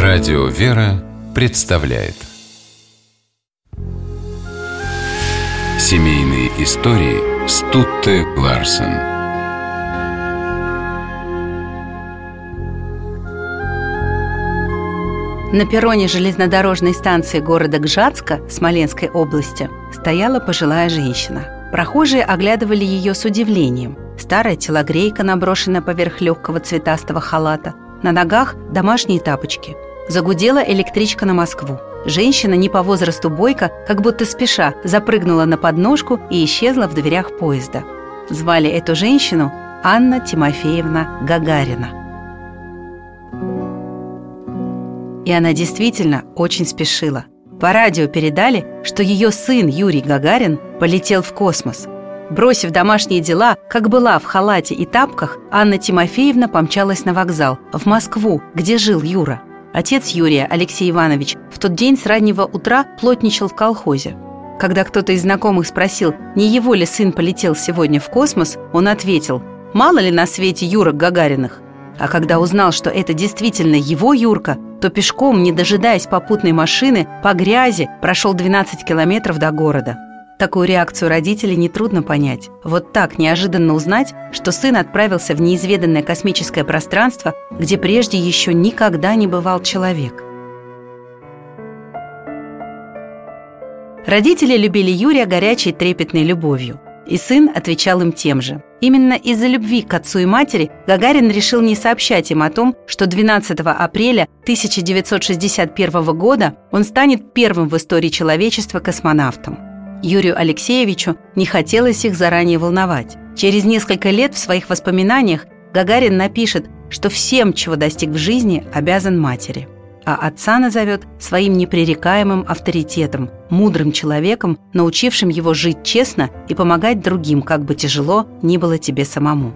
Радио «Вера» представляет семейные истории Стутте Ларсен. На перроне железнодорожной станции города Гжатска Смоленской области стояла пожилая женщина. Прохожие оглядывали ее с удивлением. Старая телогрейка наброшена поверх легкого цветастого халата. На ногах домашние тапочки. Загудела электричка на Москву. Женщина, не по возрасту бойко, как будто спеша, запрыгнула на подножку и исчезла в дверях поезда. Звали эту женщину Анна Тимофеевна Гагарина. И она действительно очень спешила. По радио передали, что ее сын Юрий Гагарин полетел в космос. Бросив домашние дела, как была в халате и тапках, Анна Тимофеевна помчалась на вокзал, в Москву, где жил Юра. Отец Юрия, Алексей Иванович, в тот день с раннего утра плотничал в колхозе. Когда кто-то из знакомых спросил, не его ли сын полетел сегодня в космос, он ответил: «Мало ли на свете Юрок Гагариных». А когда узнал, что это действительно его Юрка, то пешком, не дожидаясь попутной машины, по грязи прошел 12 километров до города. Такую реакцию родителей нетрудно понять. Вот так неожиданно узнать, что сын отправился в неизведанное космическое пространство, где прежде еще никогда не бывал человек. Родители любили Юрия горячей трепетной любовью, и сын отвечал им тем же. Именно из-за любви к отцу и матери Гагарин решил не сообщать им о том, что 12 апреля 1961 года он станет первым в истории человечества космонавтом. Юрию Алексеевичу не хотелось их заранее волновать. Через несколько лет в своих воспоминаниях Гагарин напишет, что всем, чего достиг в жизни, обязан матери, а отца назовет своим непререкаемым авторитетом, мудрым человеком, научившим его жить честно и помогать другим, как бы тяжело ни было тебе самому.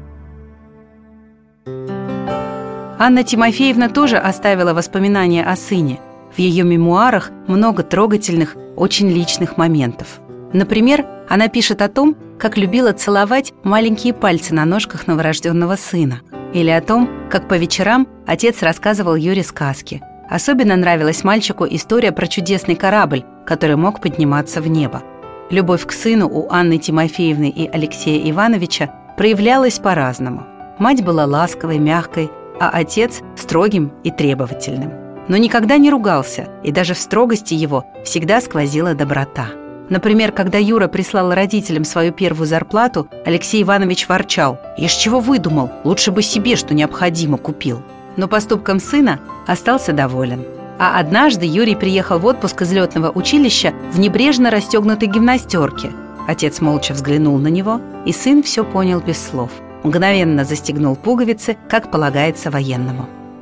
Анна Тимофеевна тоже оставила воспоминания о сыне. В ее мемуарах много трогательных, очень личных моментов. Например, она пишет о том, как любила целовать маленькие пальцы на ножках новорожденного сына. Или о том, как по вечерам отец рассказывал Юре сказки. Особенно нравилась мальчику история про чудесный корабль, который мог подниматься в небо. Любовь к сыну у Анны Тимофеевны и Алексея Ивановича проявлялась по-разному. Мать была ласковой, мягкой, а отец – строгим и требовательным. Но никогда не ругался, и даже в строгости его всегда сквозила доброта. Например, когда Юра прислал родителям свою первую зарплату, Алексей Иванович ворчал: «Я ж чего выдумал, лучше бы себе что необходимо купил». Но поступком сына остался доволен. А однажды Юрий приехал в отпуск из летного училища в небрежно расстегнутой гимнастерке. Отец молча взглянул на него, и сын все понял без слов. Мгновенно застегнул пуговицы, как полагается военному.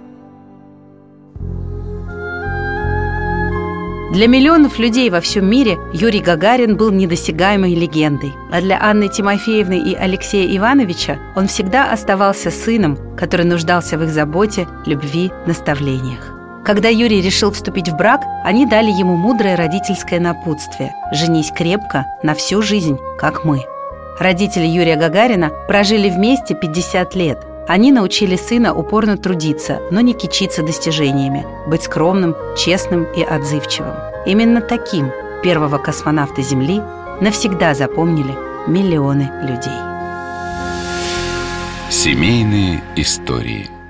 Для миллионов людей во всем мире Юрий Гагарин был недосягаемой легендой, а для Анны Тимофеевны и Алексея Ивановича он всегда оставался сыном, который нуждался в их заботе, любви, наставлениях. Когда Юрий решил вступить в брак, они дали ему мудрое родительское напутствие: «Женись крепко, на всю жизнь, как мы». Родители Юрия Гагарина прожили вместе 50 лет. Они научили сына упорно трудиться, но не кичиться достижениями, быть скромным, честным и отзывчивым. Именно таким первого космонавта Земли навсегда запомнили миллионы людей. Семейные истории.